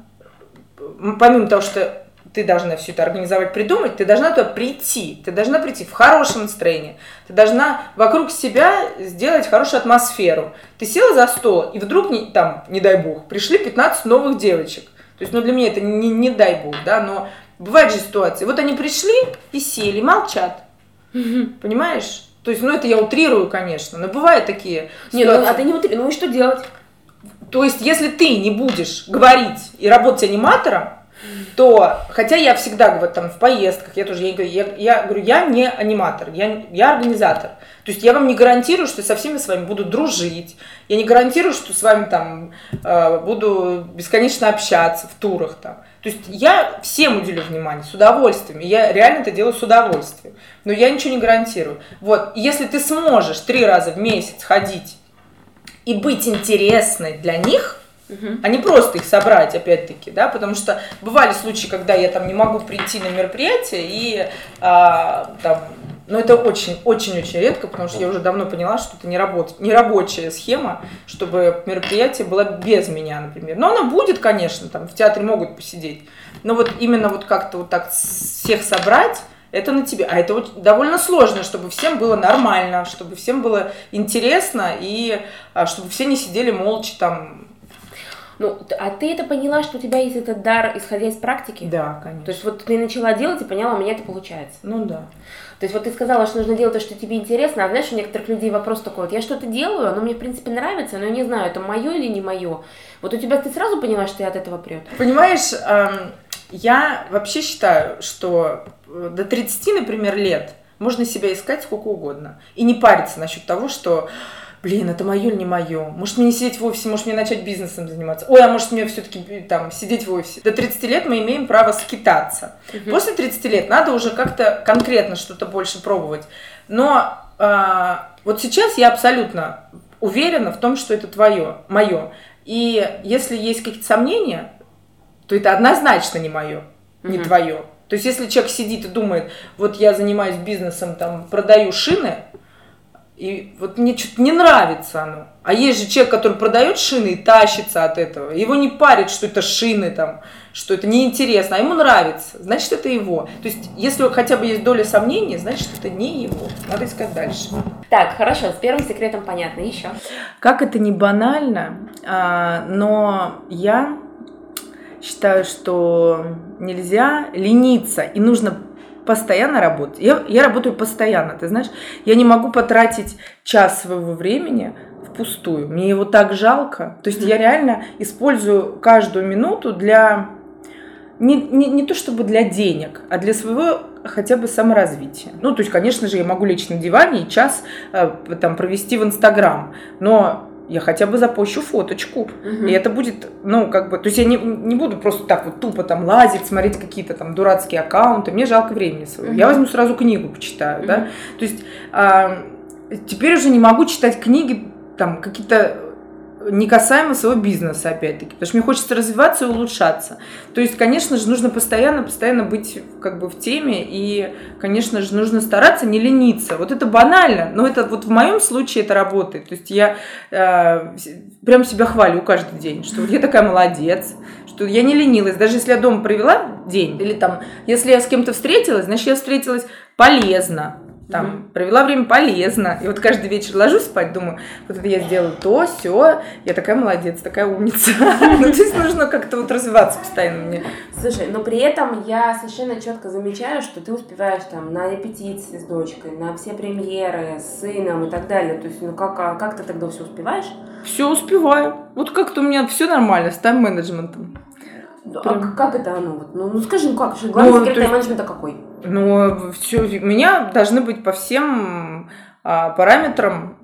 помимо того, что ты должна все это организовать, придумать, ты должна туда прийти, ты должна прийти в хорошем настроении, ты должна вокруг себя сделать хорошую атмосферу. Ты села за стол, и вдруг, не, там, не дай бог, пришли пятнадцать новых девочек. То есть, ну, для меня это не, не дай бог, да, но бывают же ситуации. Вот они пришли и сели, молчат, понимаешь? То есть, ну, это я утрирую, конечно, но бывают такие ситуации. Не, ну, а ты не утрируй, ну и что делать? То есть, если ты не будешь говорить и работать аниматором, то, хотя я всегда говорю, там, в поездках, я тоже, я, я, я говорю, я не аниматор, я, я организатор. То есть, я вам не гарантирую, что со всеми с вами буду дружить, я не гарантирую, что с вами там э, буду бесконечно общаться в турах там. То есть, я всем уделю внимание, с удовольствием, и я реально это делаю с удовольствием, но я ничего не гарантирую. Вот, и если ты сможешь три раза в месяц ходить и быть интересной для них, uh-huh. а не просто их собрать, опять-таки, да, потому что бывали случаи, когда я там не могу прийти на мероприятие, и а, там, ну это очень-очень-очень редко, потому что я уже давно поняла, что это не, работ, не рабочая схема, чтобы мероприятие было без меня, например. Но оно будет, конечно, там в театре могут посидеть, но вот именно вот как-то вот так всех собрать, это на тебе. А это вот довольно сложно, чтобы всем было нормально, чтобы всем было интересно, и чтобы все не сидели молча там. Ну, а ты это поняла, что у тебя есть этот дар, исходя из практики? Да, конечно. То есть вот ты начала делать и поняла, у меня это получается. Ну да. То есть вот ты сказала, что нужно делать то, что тебе интересно, а знаешь, у некоторых людей вопрос такой, вот я что-то делаю, оно мне в принципе нравится, но я не знаю, это мое или не мое. Вот у тебя ты сразу поняла, что ты от этого прет? Понимаешь, я вообще считаю, что до тридцати, например, лет можно себя искать сколько угодно и не париться насчет того, что... Блин, это мое или не мое? Может, мне не сидеть в офисе, может, мне начать бизнесом заниматься? Ой, а может, мне все-таки там сидеть в офисе? До тридцати лет мы имеем право скитаться. Uh-huh. После тридцати лет надо уже как-то конкретно что-то больше пробовать. Но э, вот сейчас я абсолютно уверена в том, что это твое, мое. И если есть какие-то сомнения, то это однозначно не мое, uh-huh. не твое. То есть, если человек сидит и думает, вот я занимаюсь бизнесом, там, продаю шины, и вот мне что-то не нравится оно. А есть же человек, который продает шины и тащится от этого. Его не парит, что это шины, там, что это неинтересно, а ему нравится. Значит, это его. То есть, если хотя бы есть доля сомнений, значит, это не его. Надо искать дальше. Так, хорошо, с первым секретом понятно. Еще. Как это не банально, но я считаю, что нельзя лениться и нужно постоянно работать. Я, я работаю постоянно, ты знаешь. Я не могу потратить час своего времени впустую. Мне его так жалко. То есть я реально использую каждую минуту для... Не, не, не то чтобы для денег, а для своего хотя бы саморазвития. Ну, то есть, конечно же, я могу лечь на диване и час э, там, провести в Инстаграм. Но... я хотя бы запощу фоточку, uh-huh. и это будет, ну, как бы, то есть я не, не буду просто так вот тупо там лазить, смотреть какие-то там дурацкие аккаунты, мне жалко времени своего. Uh-huh. Я возьму сразу книгу, почитаю, uh-huh. да, то есть а, теперь уже не могу читать книги там какие-то не касаемо своего бизнеса, опять-таки, потому что мне хочется развиваться и улучшаться. То есть, конечно же, нужно постоянно, постоянно быть как бы в теме, и, конечно же, нужно стараться не лениться. Вот это банально, но это вот в моем случае это работает. То есть я э, прям себя хвалю каждый день, что вот я такая молодец, что я не ленилась. Даже если я дома провела день, или там, если я с кем-то встретилась, значит, я встретилась полезно. Там, mm-hmm. провела время полезно. И вот каждый вечер ложусь спать, думаю, вот это я сделаю то, сё, я такая молодец, такая умница. Ну, то есть нужно как-то вот развиваться постоянно мне. Слушай, но при этом я совершенно четко замечаю, что ты успеваешь там на репетиции с дочкой, на все премьеры с сыном и так далее. То есть, ну как, а как ты тогда все успеваешь? Все успеваю. Вот как-то у меня все нормально с тайм-менеджментом. А как это оно? Ну, ну скажи, ну как? Главный ну, секрет тайм-менеджмента какой? Ну, все, у меня должны быть по всем а, параметрам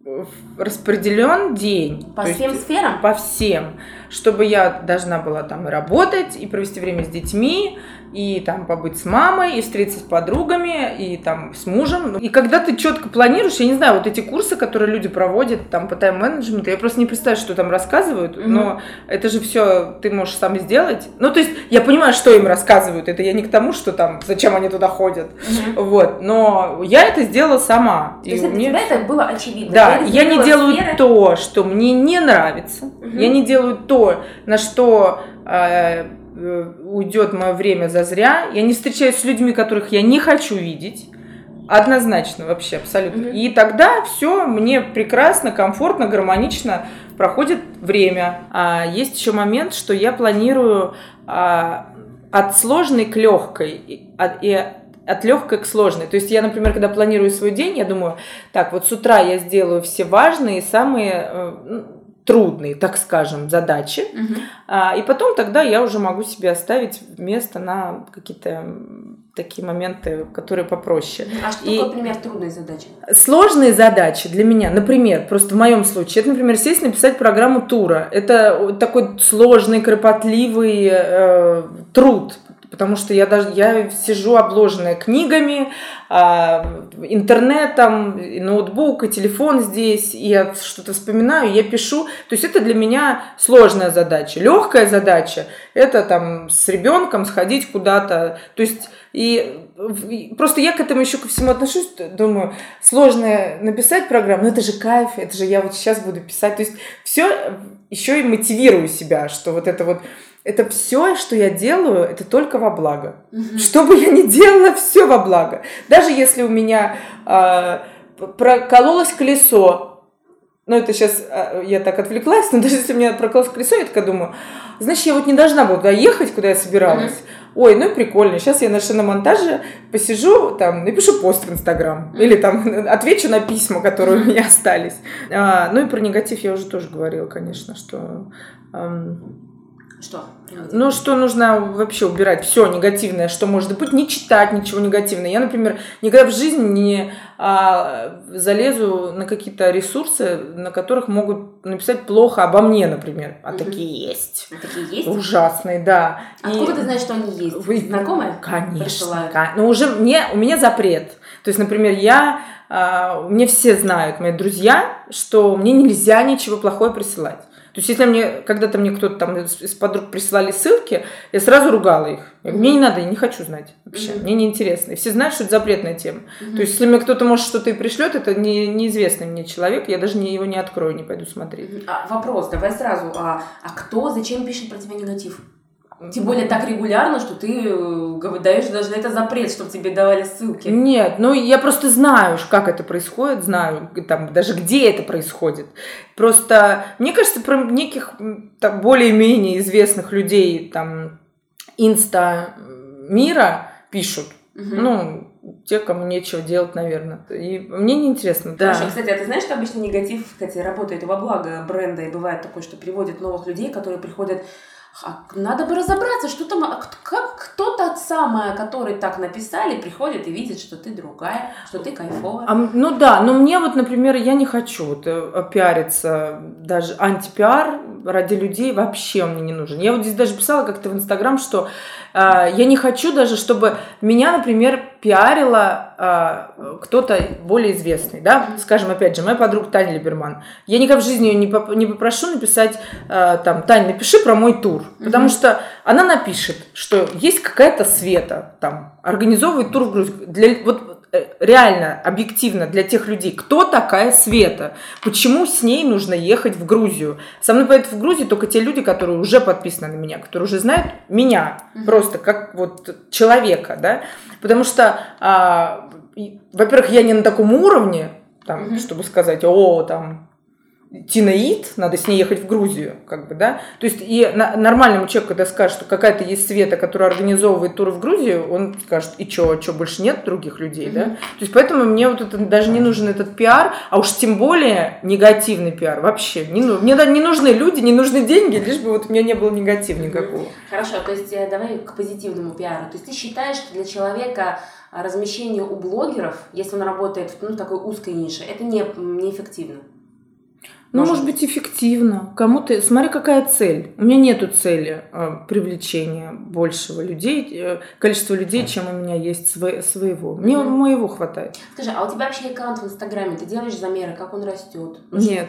распределен день. По всем есть, сферам? По всем. Чтобы я должна была там и работать, и провести время с детьми, и там побыть с мамой, и встретиться с подругами, и там с мужем. И когда ты четко планируешь, я не знаю, вот эти курсы, которые люди проводят там по тайм-менеджменту, я просто не представляю, что там рассказывают, mm-hmm. но это же все ты можешь сам сделать. Ну, то есть я понимаю, что им рассказывают, это я не к тому, что там, зачем они туда ходят, mm-hmm. вот, но я это сделала сама. То есть для меня... тебя это было очевидно? Да, я не делаю сферы... то, что мне не нравится, mm-hmm. я не делаю то, на что... Э, уйдет мое время зазря. Я не встречаюсь с людьми, которых я не хочу видеть. Однозначно, вообще, абсолютно. Mm-hmm. И тогда все мне прекрасно, комфортно, гармонично проходит время. А есть еще момент, что я планирую а, от сложной к легкой и от, и от легкой к сложной. То есть я, например, когда планирую свой день, я думаю, так, вот с утра я сделаю все важные, самые... трудные, так скажем, задачи. Uh-huh. А, и потом тогда я уже могу себе оставить место на какие-то такие моменты, которые попроще. А что и такое, например, трудные задачи? Сложные задачи для меня, например, просто в моем случае, это, например, сесть написать программу тура. Это такой сложный, кропотливый э, труд. Потому что я даже я сижу обложенная книгами, интернетом, и ноутбук, и телефон здесь, и я что-то вспоминаю, я пишу. То есть это для меня сложная задача. Легкая задача – это там с ребенком сходить куда-то. То есть и, и просто я к этому еще ко всему отношусь, думаю, сложно написать программу, но это же кайф, это же я вот сейчас буду писать. То есть все еще и мотивирую себя, что вот это вот это все, что я делаю, это только во благо. Mm-hmm. Что бы я ни делала, все во благо. Даже если у меня э, прокололось колесо, ну это сейчас э, я так отвлеклась, но даже если у меня прокололось колесо, я такая думаю, значит, я вот не должна была туда ехать, куда я собиралась. Mm-hmm. Ой, ну и прикольно, сейчас я на шиномонтаже посижу, там, напишу пост в Инстаграм, mm-hmm. или там отвечу на письма, которые mm-hmm. у меня остались. А, ну и про негатив я уже тоже говорила, конечно, что... Эм, Что? Ну, что нужно вообще убирать все негативное, что может быть, не читать ничего негативного. Я, например, никогда в жизни не а, залезу на какие-то ресурсы, на которых могут написать плохо обо мне, например. А угу. такие есть. А такие есть? Ужасные, да. Откуда И... ты знаешь, что они есть? Вы... Знакомые? Конечно. Но уже мне, у меня запрет. То есть, например, я, а, мне все знают, мои друзья, что мне нельзя ничего плохого присылать. То есть, если мне когда-то мне кто-то там из подруг присылали ссылки, я сразу ругала их. Я говорю, мне не надо, я не хочу знать вообще, mm-hmm. мне неинтересно. И все знают, что это запретная тема. Mm-hmm. То есть, если мне кто-то, может, что-то и пришлет, это не, неизвестный мне человек, я даже не, его не открою, не пойду смотреть. Mm-hmm. А, вопрос, давай сразу. А, а кто, зачем пишет про тебя негатив? Тем более так регулярно, что ты даешь даже на это запрет, чтобы тебе давали ссылки. Нет, ну я просто знаю, как это происходит, знаю там, даже где это происходит. Просто, мне кажется, про неких так, более-менее известных людей там инста-мира пишут. Угу. Ну, те, кому нечего делать, наверное. И мне неинтересно. Да. Слушай, кстати, а ты знаешь, что обычно негатив, кстати, работает во благо бренда, и бывает такое, что приводит новых людей, которые приходят... А надо бы разобраться, что там, как кто-то самое, который так написали, приходит и видит, что ты другая, что ты кайфовая. А, ну да, но мне вот, например, я не хочу вот пиариться, даже антипиар ради людей вообще мне не нужен. Я вот здесь даже писала как-то в Инстаграм, что э, я не хочу даже, чтобы меня, например, пиарила э, кто-то более известный, да, скажем, опять же, моя подруга Таня Либерман. Я никогда в жизни ее не, поп- не попрошу написать, э, там, Тань, напиши про мой тур, mm-hmm. потому что она напишет, что есть какая-то Света, там, организовывает тур в Грузию. Для, вот, реально, объективно, для тех людей, кто такая Света, почему с ней нужно ехать в Грузию. Со мной поедут в Грузию только те люди, которые уже подписаны на меня, которые уже знают меня, mm-hmm. просто как вот человека, да, потому что, а, и, во-первых, я не на таком уровне, там, mm-hmm. чтобы сказать, о, там, Тина Ит, надо с ней ехать в Грузию, как бы, да. То есть и на, нормальному человеку, когда скажет, что какая-то есть Света, которая организовывает туры в Грузию, он скажет, и что, что больше нет других людей, mm-hmm. да. То есть поэтому мне вот это даже не нужен этот пиар, а уж тем более негативный пиар вообще. Не, мне не нужны люди, не нужны деньги, лишь бы вот у меня не было негатива никакого. Хорошо, то есть давай к позитивному пиару. То есть ты считаешь, что для человека размещение у блогеров, если он работает в ну, такой узкой нише, это не, неэффективно? Ну, может, может быть, эффективно. Кому-то... Смотри, какая цель. У меня нету цели э, привлечения большего людей, э, количества людей, чем у меня есть сво- своего. Мне mm-hmm. моего хватает. Скажи, а у тебя вообще аккаунт в Инстаграме? Ты делаешь замеры, как он растет? Нет.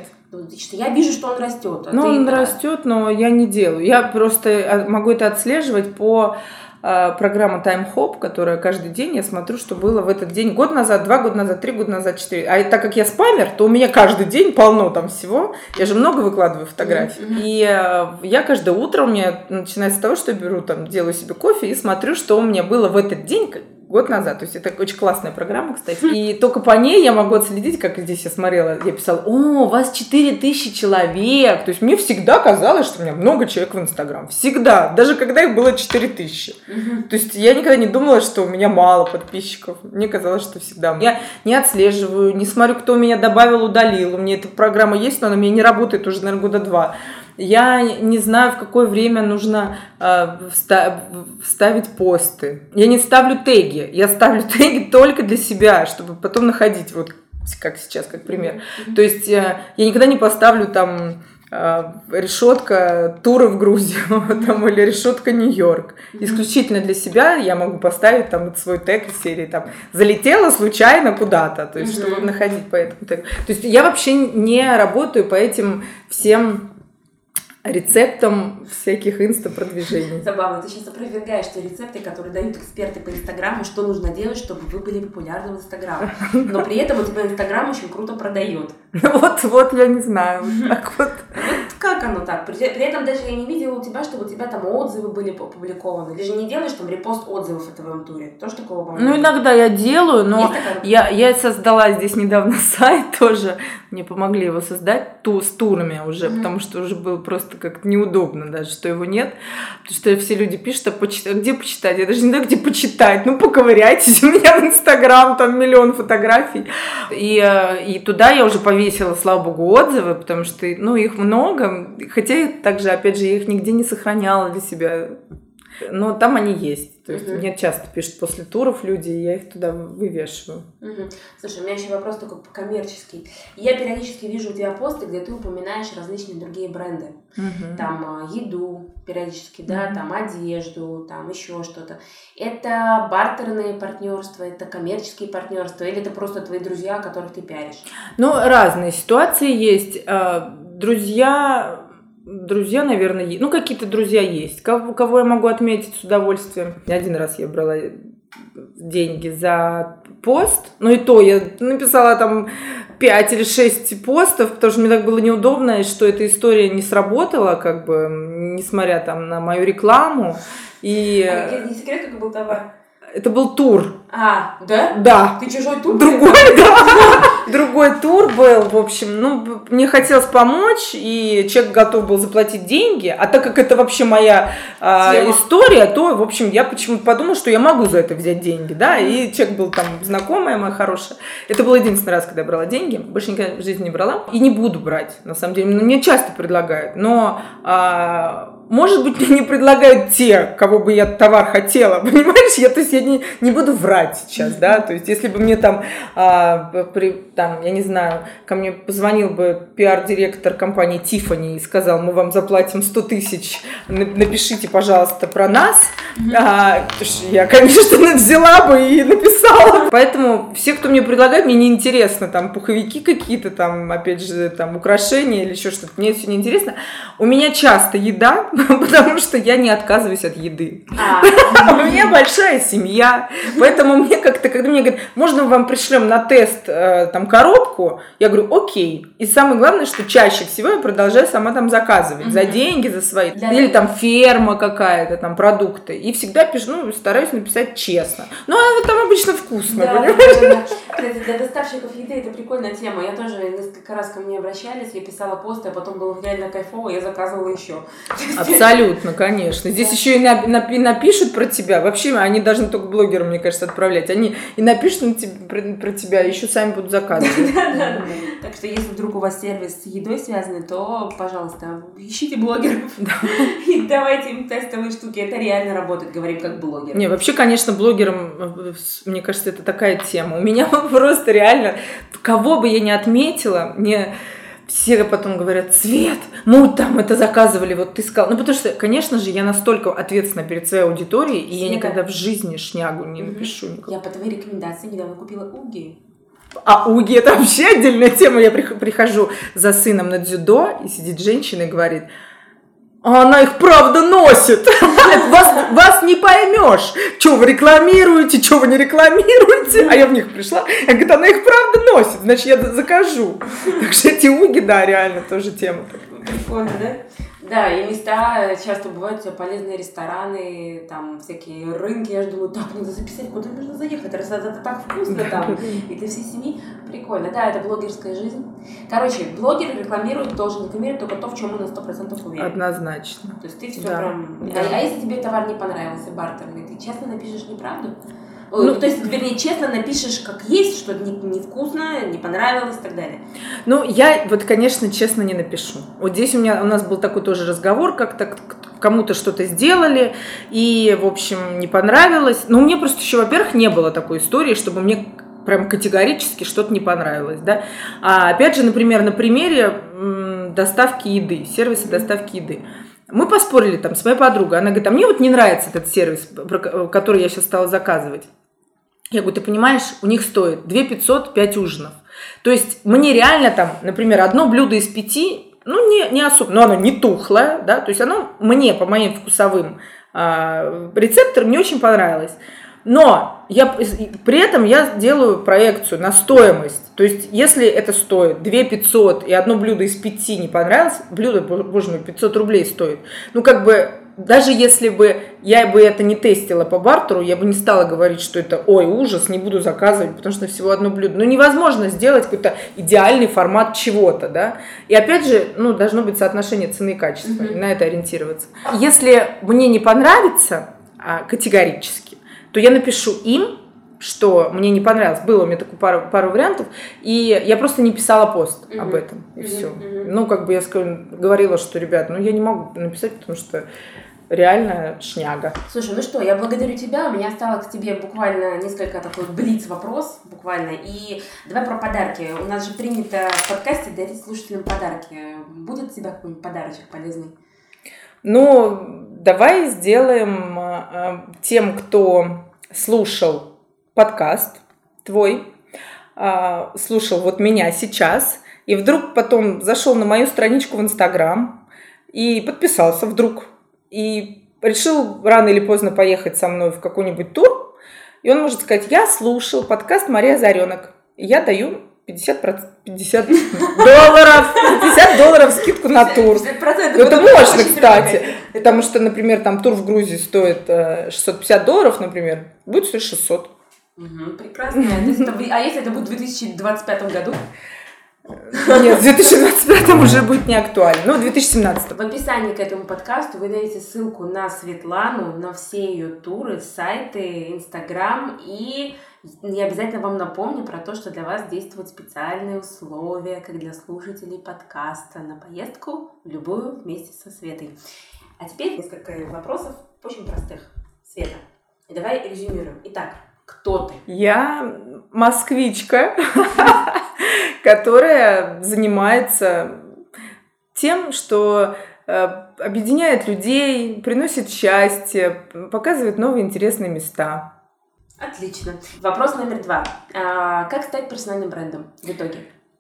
Я вижу, что он растет. А ну, ты... он растет, но я не делаю. Я просто могу это отслеживать по... программа Time Hop, которая каждый день я смотрю, что было в этот день год назад, два года назад, три года назад, четыре. А так как я спамер, то у меня каждый день полно там всего. Я же много выкладываю фотографий. Mm-hmm. И я каждое утро, у меня начинается с того, что я беру, там, делаю себе кофе и смотрю, что у меня было в этот день год назад. То есть это очень классная программа, кстати. И только по ней я могу отследить, как здесь я смотрела, я писала, о, у вас четыре тысячи человек. То есть мне всегда казалось, что у меня много человек в Инстаграм. Всегда. Даже когда их было четыре тысячи. Mm-hmm. То есть я никогда не думала, что у меня мало подписчиков. Мне казалось, что всегда. Я не отслеживаю, не смотрю, кто меня добавил, удалил. У меня эта программа есть, но она у меня не работает уже, наверное, года два. Я не знаю, в какое время нужно э, вста- вставить посты. Я не ставлю теги. Я ставлю теги только для себя, чтобы потом находить, вот как сейчас, как пример. Mm-hmm. То есть э, я никогда не поставлю там э, решетка тура в Грузию там, или решетка Нью-Йорк. Mm-hmm. Исключительно для себя я могу поставить там свой тег из серии там залетела случайно куда-то, то есть mm-hmm. чтобы находить по этому тегу. То есть я вообще не работаю по этим всем рецептом всяких инста-продвижений. Забавно, ты сейчас опровергаешь те рецепты, которые дают эксперты по Инстаграму, что нужно делать, чтобы вы были популярны в Инстаграме. Но при этом у тебя Инстаграм очень круто продает. Вот, вот, я не знаю. Так вот. Как оно так? При, при этом даже я не видела у тебя, чтобы у тебя там отзывы были опубликованы. Ты же не делаешь там репост отзывов о твоем туре? Тоже такого вам? Ну, иногда я делаю, но я, я создала здесь недавно сайт тоже. Мне помогли его создать ту, с турами уже, mm-hmm. потому что уже было просто как-то неудобно даже, что его нет. Потому что все люди пишут, а почитать, где почитать? Я даже не знаю, где почитать. Ну, поковыряйтесь, у меня в Инстаграм там миллион фотографий. И, и туда я уже повесила, слава богу, отзывы, потому что, ну, их много. Хотя, также, опять же, я их нигде не сохраняла для себя. Но там они есть. То есть uh-huh. мне часто пишут после туров люди, и я их туда вывешиваю. Uh-huh. Слушай, у меня еще вопрос такой коммерческий. Я периодически вижу у тебя посты, где ты упоминаешь различные другие бренды. Uh-huh. Там еду периодически, да, uh-huh. там одежду, там еще что-то. Это бартерные партнерства, это коммерческие партнерства, или это просто твои друзья, которых ты пиаришь? Ну, разные ситуации есть. Друзья... Друзья, наверное, есть. Ну, какие-то друзья есть. Кого, кого я могу отметить с удовольствием. Один раз я брала деньги за пост. Ну, и то я написала там пять или шесть постов, потому что мне так было неудобно, что эта история не сработала, как бы, несмотря там на мою рекламу. И... А не секрет, какой был товар? Это был тур. А, да? Да. Ты чужой тур? Другой, да. Другой тур был, в общем. Ну, мне хотелось помочь, и человек готов был заплатить деньги. А так как это вообще моя э, история, то, в общем, я почему-то подумала, что я могу за это взять деньги, да. И человек был там знакомая моя, хорошая. Это был единственный раз, когда я брала деньги. Больше никогда в жизни не брала. И не буду брать, на самом деле. Мне часто предлагают. Но... Э, может быть, мне не предлагают те, кого бы я товар хотела, понимаешь? Я, то есть я не, не буду врать сейчас, да, то есть если бы мне там, а, при, там, я не знаю, ко мне позвонил бы пиар-директор компании Tiffany и сказал, мы вам заплатим сто тысяч, напишите, пожалуйста, про нас, а, я, конечно, взяла бы и написала. Поэтому все, кто мне предлагает, мне неинтересно, там, пуховики какие-то, там, опять же, там, украшения или еще что-то, мне все неинтересно. У меня часто еда, потому что я не отказываюсь от еды. А. У меня большая семья, поэтому мне как-то, когда мне говорят, можно вам пришлем на тест э, там коробку, я говорю, окей. И самое главное, что чаще всего я продолжаю сама там заказывать, mm-hmm. за деньги, за свои. Да, или да. там ферма какая-то, там продукты. И всегда пишу, ну, стараюсь написать честно. Ну, а там обычно вкусно, да, понимаешь? Да, да. Кстати, для доставщиков еды это прикольная тема. Я тоже несколько раз ко мне обращались, я писала посты, а потом было реально кайфово, я заказывала еще. Абсолютно, конечно. Здесь да. еще и напишут про тебя. Вообще, они должны только блогерам, мне кажется, отправлять. Они и напишут про, про тебя, и еще сами будут заказывать. Да, да. Так что, если вдруг у вас сервис с едой связанный, то, пожалуйста, ищите блогеров и давайте им тестовые штуки. Это реально работает, говорим как блогер. Не, вообще, конечно, блогерам, мне кажется, это такая тема. У меня просто реально, кого бы я ни отметила, мне... Все потом говорят, Свет, мы там это заказывали, вот ты сказал. Ну, потому что, конечно же, я настолько ответственна перед своей аудиторией, и Света. Я никогда в жизни шнягу не напишу. Mm-hmm. Я по твоей рекомендации недавно купила уги. А уги – это вообще отдельная тема. Я прихожу за сыном на дзюдо, и сидит женщина и говорит, а она их правда носит. Вас, вас не поймешь, что вы рекламируете, что вы не рекламируете. А я в них пришла, я говорю, она их правда носит, значит, я закажу. Так что эти уги, да, реально тоже тема. Прикольно, да? Да, и места часто бывают полезные рестораны, там всякие рынки. Я же думаю, так, надо записать, куда нужно заехать, раз это так вкусно там, и для всей семьи. Прикольно, да, это блогерская жизнь. Короче, блогер рекламирует, должен рекламировать только то, в чем он на сто процентов уверен. Однозначно. То есть ты все да. прям... Да. А, а если тебе товар не понравился, бартерный, ты честно напишешь неправду? Ну, то есть, вернее, честно напишешь, как есть, что невкусно, не понравилось и так далее. Ну, я вот, конечно, честно не напишу. Вот здесь у меня у нас был такой тоже разговор, как-то кому-то что-то сделали, и, в общем, не понравилось. Но у меня просто еще, во-первых, не было такой истории, чтобы мне прям категорически что-то не понравилось, да. А опять же, например, на примере м, доставки еды, сервиса доставки еды. Мы поспорили там с моей подругой. Она говорит, а мне вот не нравится этот сервис, который я сейчас стала заказывать. Я говорю, ты понимаешь, у них стоит две тысячи пятьсот пять ужинов. То есть мне реально там, например, одно блюдо из пяти, ну не, не особо, но оно не тухлое, да, то есть оно мне по моим вкусовым э, рецепторам не очень понравилось. Но я, при этом я делаю проекцию на стоимость. То есть, если это стоит две тысячи пятьсот и одно блюдо из пяти не понравилось, блюдо, боже мой, пятьсот рублей стоит. Ну, как бы, даже если бы я бы это не тестила по бартеру, я бы не стала говорить, что это, ой, ужас, не буду заказывать, потому что всего одно блюдо. Ну, невозможно сделать какой-то идеальный формат чего-то, да. И опять же, ну, должно быть соотношение цены и качества, mm-hmm. на это ориентироваться. Если мне не понравится категорически, то я напишу им, что мне не понравилось. Было у меня такую пару, пару вариантов, и я просто не писала пост mm-hmm. об этом, и mm-hmm. все. Mm-hmm. Ну, как бы я говорила, что, ребят, ну, я не могу написать, потому что реально шняга. Слушай, ну что, я благодарю тебя. У меня осталось к тебе буквально несколько такой блиц-вопрос, буквально. И давай про подарки. У нас же принято в подкасте дарить слушателям подарки. Будет у тебя какой-нибудь подарочек полезный? Ну, давай сделаем э, тем, кто слушал подкаст твой, э, слушал вот меня сейчас, и вдруг потом зашел на мою страничку в Инстаграм и подписался вдруг, и решил рано или поздно поехать со мной в какой-нибудь тур, и он может сказать: я слушал подкаст «Мария Озаренок», и я даю пятьдесят процентов, пятьдесят долларов, пятьдесят долларов скидку на тур. Это мощно, кстати. Потому что, например, там тур в Грузии стоит шестьсот пятьдесят долларов, например, будет стоить шестьсот. Угу, прекрасно. А если это будет в две тысячи двадцать пятом году? Нет, в две тысячи двадцать пятом уже будет не актуально. Ну, в две тысячи семнадцатом. В описании к этому подкасту вы найдете ссылку на Светлану, на все ее туры, сайты, Инстаграм. И я обязательно вам напомню про то, что для вас действуют специальные условия, как для слушателей подкаста, на поездку в любую вместе со Светой. А теперь несколько вопросов очень простых. Света, давай резюмируем. Итак, кто ты? Я москвичка, которая занимается тем, что объединяет людей, приносит счастье, показывает новые интересные места. Отлично. Вопрос номер два. А, как стать персональным брендом в итоге?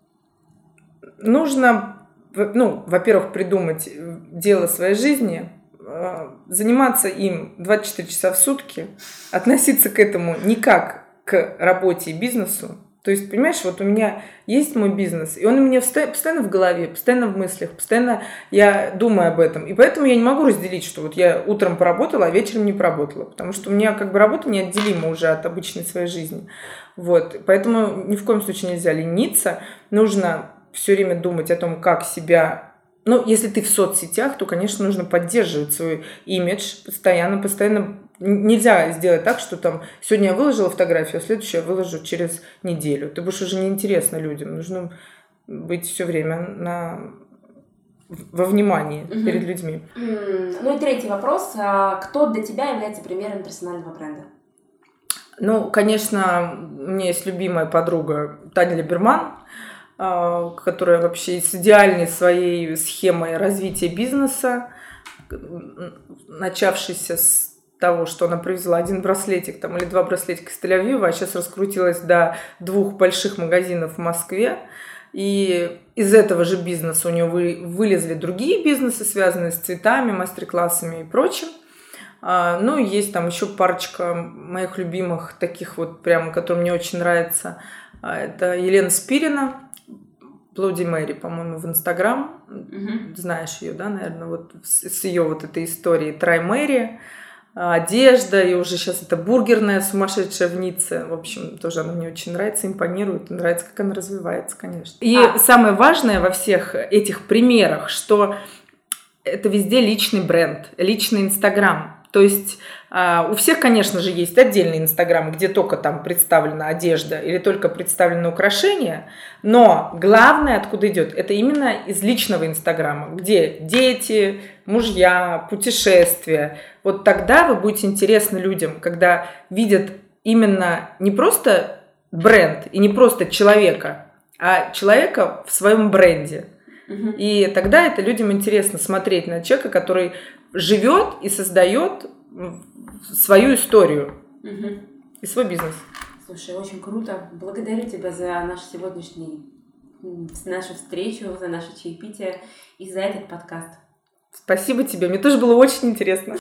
Нужно, ну, во-первых, придумать дело своей жизни, заниматься им двадцать четыре часа в сутки, относиться к этому не как к работе и бизнесу. То есть, понимаешь, вот у меня есть мой бизнес, и он у меня постоянно в голове, постоянно в мыслях, постоянно я думаю об этом. И поэтому я не могу разделить, что вот я утром поработала, а вечером не поработала. Потому что у меня как бы работа неотделима уже от обычной своей жизни. Вот. Поэтому ни в коем случае нельзя лениться. Нужно все время думать о том, как себя... Ну, если ты в соцсетях, то, конечно, нужно поддерживать свой имидж постоянно, постоянно. Нельзя сделать так, что там сегодня я выложила фотографию, а следующую я выложу через неделю. Ты будешь уже неинтересно людям. Нужно быть все время на... во внимании угу. перед людьми. Ну и третий вопрос. Кто для тебя является примером персонального бренда? Ну, конечно, у меня есть любимая подруга Таня Либерман, которая вообще с идеальной своей схемой развития бизнеса, начавшейся с того, что она привезла один браслетик там, или два браслетика из Тель-Авива, а сейчас раскрутилась до двух больших магазинов в Москве. И из этого же бизнеса у нее вы, вылезли другие бизнесы, связанные с цветами, мастер-классами и прочим. А, ну, и есть там еще парочка моих любимых, таких вот прям, которые мне очень нравятся. А, это Елена Спирина, Bloody Mary, по-моему, в Инстаграм. Mm-hmm. Знаешь ее, да, наверное, вот с, с ее вот этой историей Try Mary. Одежда, и уже сейчас это бургерная сумасшедшая в Ницце. В общем, тоже она мне очень нравится, импонирует. Нравится, как она развивается, конечно. И а. самое важное во всех этих примерах, что это везде личный бренд, личный Инстаграм. То есть Uh, у всех, конечно же, есть отдельный Инстаграм, где только там представлена одежда или только представлены украшения, но главное, откуда идет, это именно из личного Инстаграма, где дети, мужья, путешествия. Вот тогда вы будете интересны людям, когда видят именно не просто бренд и не просто человека, а человека в своем бренде. Угу. И тогда это людям интересно смотреть на человека, который живет и создает свою историю угу. и свой бизнес. Слушай, очень круто. Благодарю тебя за наш сегодняшний, нашу встречу, за наше чаепитие и за этот подкаст. Спасибо тебе. Мне тоже было очень интересно.